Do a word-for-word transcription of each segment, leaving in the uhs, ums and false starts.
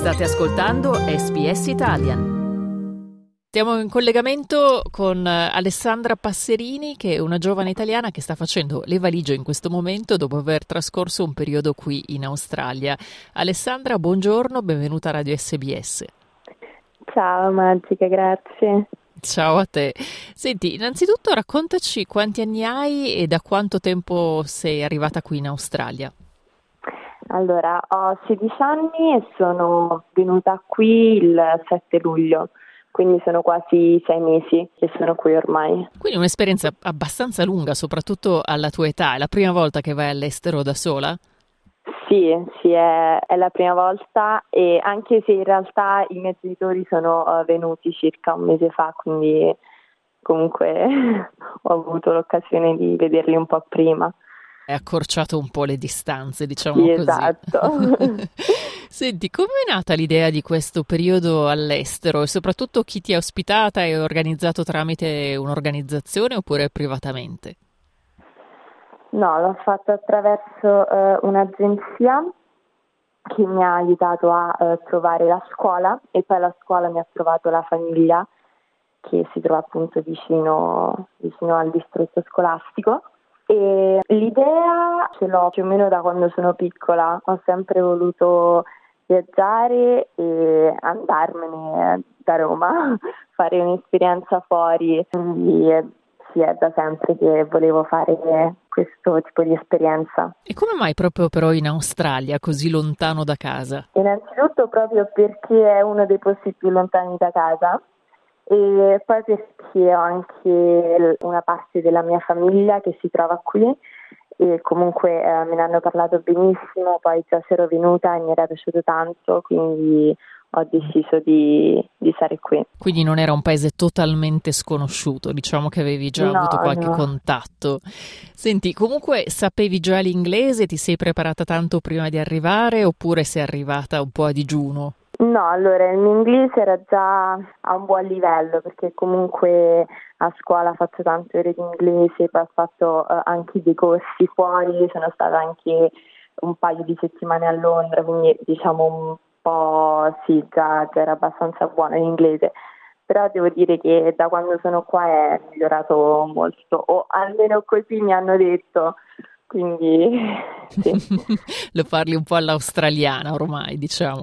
State ascoltando S B S Italian. Siamo in collegamento con Alessandra Passerini, che è una giovane italiana che sta facendo le valigie in questo momento dopo aver trascorso un periodo qui in Australia. Alessandra, buongiorno, benvenuta a Radio S B S. Ciao Magica, grazie. Ciao a te. Senti, innanzitutto raccontaci quanti anni hai e da quanto tempo sei arrivata qui in Australia. Allora, ho sedici anni e sono venuta qui il sette luglio, quindi sono quasi sei mesi che sono qui ormai. Quindi un'esperienza abbastanza lunga, soprattutto alla tua età. È la prima volta che vai all'estero da sola? Sì, sì, è, è la prima volta, e anche se in realtà i miei genitori sono uh, venuti circa un mese fa, quindi comunque ho avuto l'occasione di vederli un po' prima. Hai accorciato un po' le distanze, diciamo Sì, così. esatto. Senti, come è nata l'idea di questo periodo all'estero e soprattutto chi ti ha ospitata? È organizzato tramite un'organizzazione oppure privatamente? No, l'ho fatto attraverso eh, un'agenzia che mi ha aiutato a eh, trovare la scuola, e poi la scuola mi ha trovato la famiglia che si trova appunto vicino, vicino al distretto scolastico. E l'idea ce l'ho più o meno da quando sono piccola. Ho sempre voluto viaggiare e andarmene da Roma, fare un'esperienza fuori, quindi eh, sì, è da sempre che volevo fare questo tipo di esperienza. E come mai proprio però in Australia, così lontano da casa? Innanzitutto proprio perché è uno dei posti più lontani da casa, e poi perché ho anche una parte della mia famiglia che si trova qui e comunque eh, me ne hanno parlato benissimo. Poi già ero venuta e mi era piaciuto tanto, quindi ho deciso di, di stare qui. Quindi non era un paese totalmente sconosciuto, diciamo che avevi già No, avuto qualche no. contatto. Senti, comunque sapevi già l'inglese, ti sei preparata tanto prima di arrivare oppure sei arrivata un po' a digiuno? No, allora il mio inglese era già a un buon livello, perché comunque a scuola ho fatto tante ore di inglese, poi ho fatto uh, anche dei corsi fuori, sono stata anche un paio di settimane a Londra, quindi diciamo un po' sì, già, già era abbastanza buona in inglese. Però devo dire che da quando sono qua è migliorato molto, o almeno così mi hanno detto, quindi sì. Lo parli un po' all'australiana ormai, diciamo.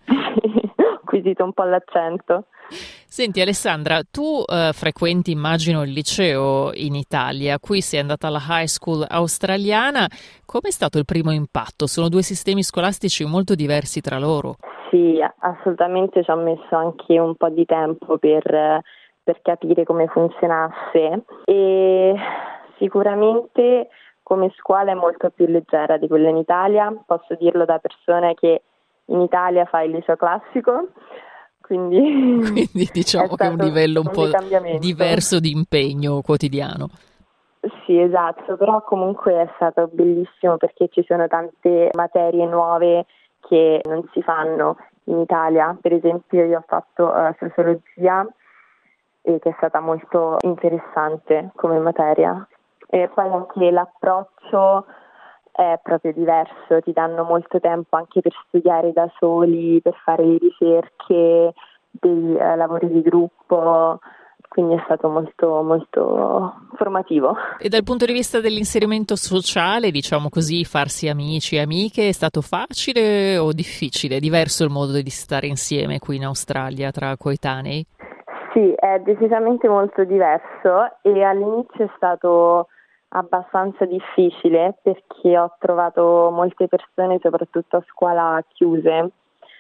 Ho acquisito un po' l'accento. Senti Alessandra, tu eh, frequenti immagino il liceo in Italia, qui sei andata alla high school australiana. Com'è stato il primo impatto? Sono due sistemi scolastici molto diversi tra loro. Sì, assolutamente, ci ho messo anche un po' di tempo per, per capire come funzionasse, e sicuramente come scuola è molto più leggera di quella in Italia. Posso dirlo da persona che in Italia fa il liceo classico, quindi, quindi diciamo che è un livello un, un po' diverso di impegno quotidiano. Sì, esatto, però comunque è stato bellissimo perché ci sono tante materie nuove che non si fanno in Italia. Per esempio io ho fatto uh, sociologia, e che è stata molto interessante come materia, e poi anche l'approccio è proprio diverso, ti danno molto tempo anche per studiare da soli, per fare le ricerche, dei uh, lavori di gruppo, quindi è stato molto molto formativo. E dal punto di vista dell'inserimento sociale, diciamo così, farsi amici e amiche, è stato facile o difficile? Diverso il modo di stare insieme qui in Australia tra coetanei? Sì, è decisamente molto diverso, e all'inizio è stato abbastanza difficile perché ho trovato molte persone, soprattutto a scuola, chiuse.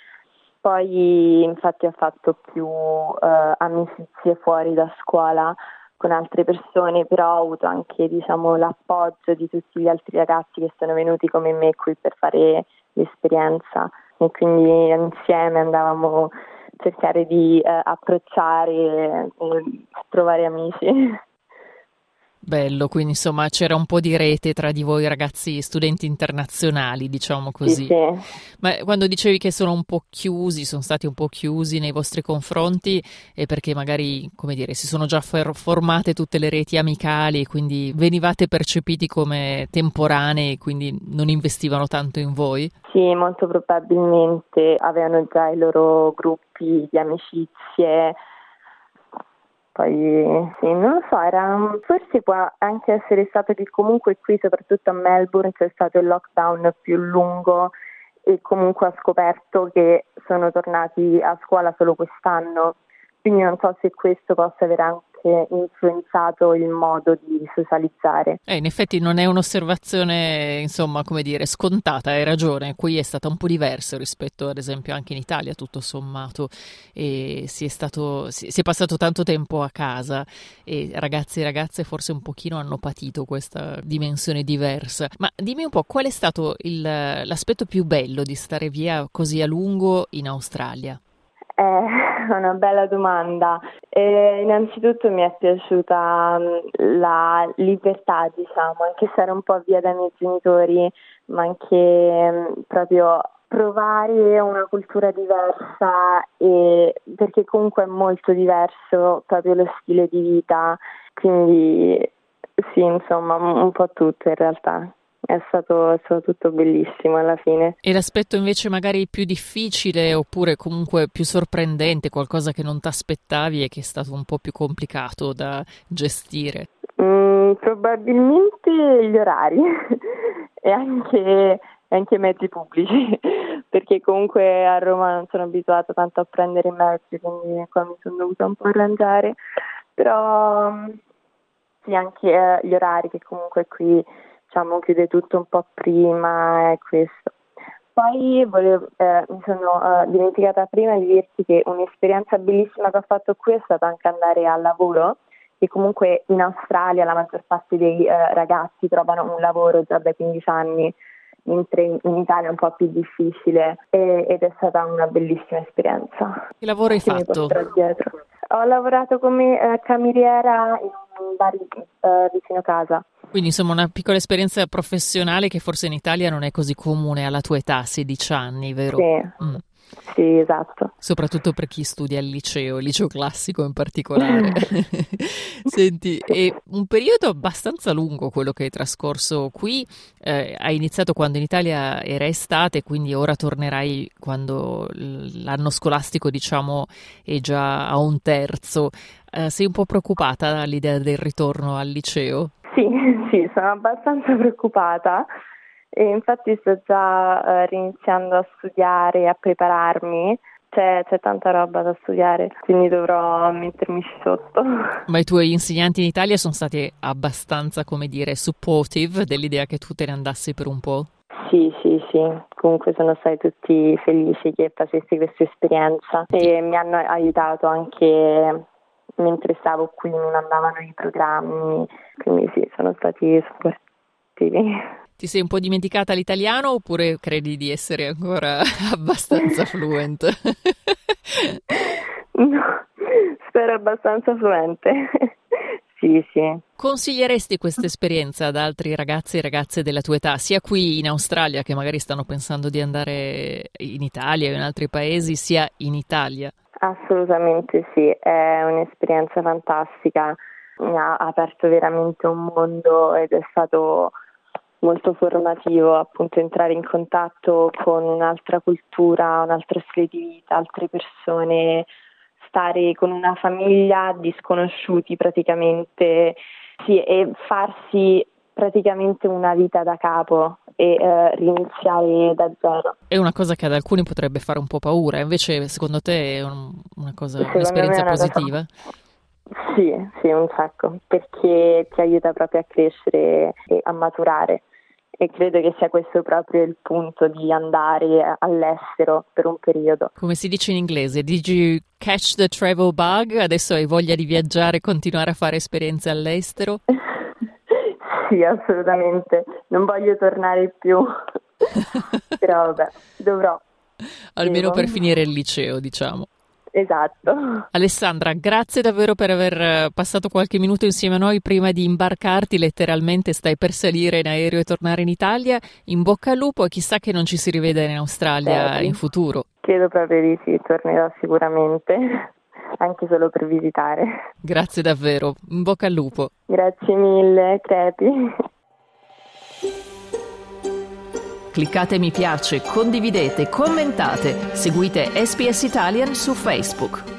Poi infatti ho fatto più eh, amicizie fuori da scuola con altre persone, però ho avuto anche, diciamo, l'appoggio di tutti gli altri ragazzi che sono venuti come me qui per fare l'esperienza, e quindi insieme andavamo a cercare di eh, approcciare e trovare amici. Bello, quindi insomma c'era un po' di rete tra di voi ragazzi studenti internazionali, diciamo così. Sì, sì. Ma quando dicevi che sono un po' chiusi, sono stati un po' chiusi nei vostri confronti, è perché magari, come dire, si sono già fer- formate tutte le reti amicali e quindi venivate percepiti come temporanei, quindi non investivano tanto in voi? Sì, molto probabilmente avevano già i loro gruppi di amicizie. Poi sì, non lo so, era, forse può anche essere stato che comunque qui, soprattutto a Melbourne, c'è stato il lockdown più lungo e comunque ha scoperto che sono tornati a scuola solo quest'anno, quindi non so se questo possa aver anche influenzato il modo di socializzare. Eh, in effetti non è un'osservazione, insomma, come dire, scontata, hai ragione, qui è stata un po' diversa rispetto ad esempio anche in Italia, tutto sommato, e si è stato, si, si è passato tanto tempo a casa e ragazzi e ragazze forse un pochino hanno patito questa dimensione diversa. Ma dimmi un po', qual è stato il, l'aspetto più bello di stare via così a lungo in Australia? È una bella domanda. Eh, innanzitutto mi è piaciuta mh, la libertà, diciamo, anche stare un po' via dai miei genitori, ma anche mh, proprio provare una cultura diversa, e, perché comunque è molto diverso proprio lo stile di vita, quindi sì, insomma, un un po' tutto in realtà. È stato, è stato tutto bellissimo alla fine. E l'aspetto invece magari più difficile oppure comunque più sorprendente, qualcosa che non ti aspettavi e che è stato un po' più complicato da gestire? Mm, probabilmente gli orari e anche, anche i mezzi pubblici, perché comunque a Roma non sono abituata tanto a prendere i mezzi, quindi qua mi sono dovuta un po' arrangiare, però mm, sì, anche eh, gli orari, che comunque qui diciamo chiude tutto un po' prima, è questo. Poi volevo, eh, mi sono eh, dimenticata prima di dirti che un'esperienza bellissima che ho fatto qui è stata anche andare al lavoro, che comunque in Australia la maggior parte dei eh, ragazzi trovano un lavoro già dai quindici anni, mentre in, in Italia è un po' più difficile, e, ed è stata una bellissima esperienza Che lavoro hai che mi fatto? porterò dietro. Ho lavorato come eh, cameriera in un bar eh, vicino casa. Quindi insomma una piccola esperienza professionale che forse in Italia non è così comune alla tua età, sedici anni, vero? Sì, Mm. sì, esatto. Soprattutto per chi studia al liceo, il liceo classico in particolare. Senti, è un periodo abbastanza lungo quello che hai trascorso qui. Eh, hai iniziato quando in Italia era estate, quindi ora tornerai quando l'anno scolastico, diciamo, è già a un terzo. Eh, sei un po' preoccupata all'idea del ritorno al liceo? Sì, sì, sono abbastanza preoccupata e infatti sto già eh, riniziando a studiare, a prepararmi. C'è, c'è tanta roba da studiare, quindi dovrò mettermici sotto. Ma i tuoi insegnanti in Italia sono stati abbastanza, come dire, supportive dell'idea che tu te ne andassi per un po'? Sì, sì, sì, comunque sono stati tutti felici che facessi questa esperienza e mi hanno aiutato anche mentre stavo qui, non andavano i programmi, quindi sì, sono stati supportivi. Ti sei un po' dimenticata l'italiano oppure credi di essere ancora abbastanza fluent? No, spero abbastanza fluente. Sì, sì. Consiglieresti questa esperienza ad altri ragazzi e ragazze della tua età, sia qui in Australia che magari stanno pensando di andare in Italia o in altri paesi, sia in Italia? Assolutamente sì, è un'esperienza fantastica, mi ha aperto veramente un mondo ed è stato molto formativo appunto entrare in contatto con un'altra cultura, un altro stile di vita, altre persone, stare con una famiglia di sconosciuti praticamente, sì, e farsi praticamente una vita da capo e eh, riniziare da zero. È una cosa che ad alcuni potrebbe fare un po' paura, invece secondo te è un- una cosa, Secondo me un'esperienza è una cosa. positiva? Sì, sì, un sacco, perché ti aiuta proprio a crescere e a maturare. E credo che sia questo proprio il punto di andare all'estero per un periodo. Come si dice in inglese, did you catch the travel bug? Adesso hai voglia di viaggiare e continuare a fare esperienze all'estero? Sì, assolutamente. Non voglio tornare più, però vabbè, dovrò. Almeno Devo. per finire il liceo, diciamo. Esatto. Alessandra, grazie davvero per aver passato qualche minuto insieme a noi prima di imbarcarti, letteralmente stai per salire in aereo e tornare in Italia. In bocca al lupo e chissà che non ci si riveda in Australia Sì. in futuro. Credo proprio di sì, tornerò sicuramente, anche solo per visitare. Grazie davvero, in bocca al lupo. Grazie mille, Crepi. Cliccate mi piace, condividete, commentate, seguite S B S Italian su Facebook.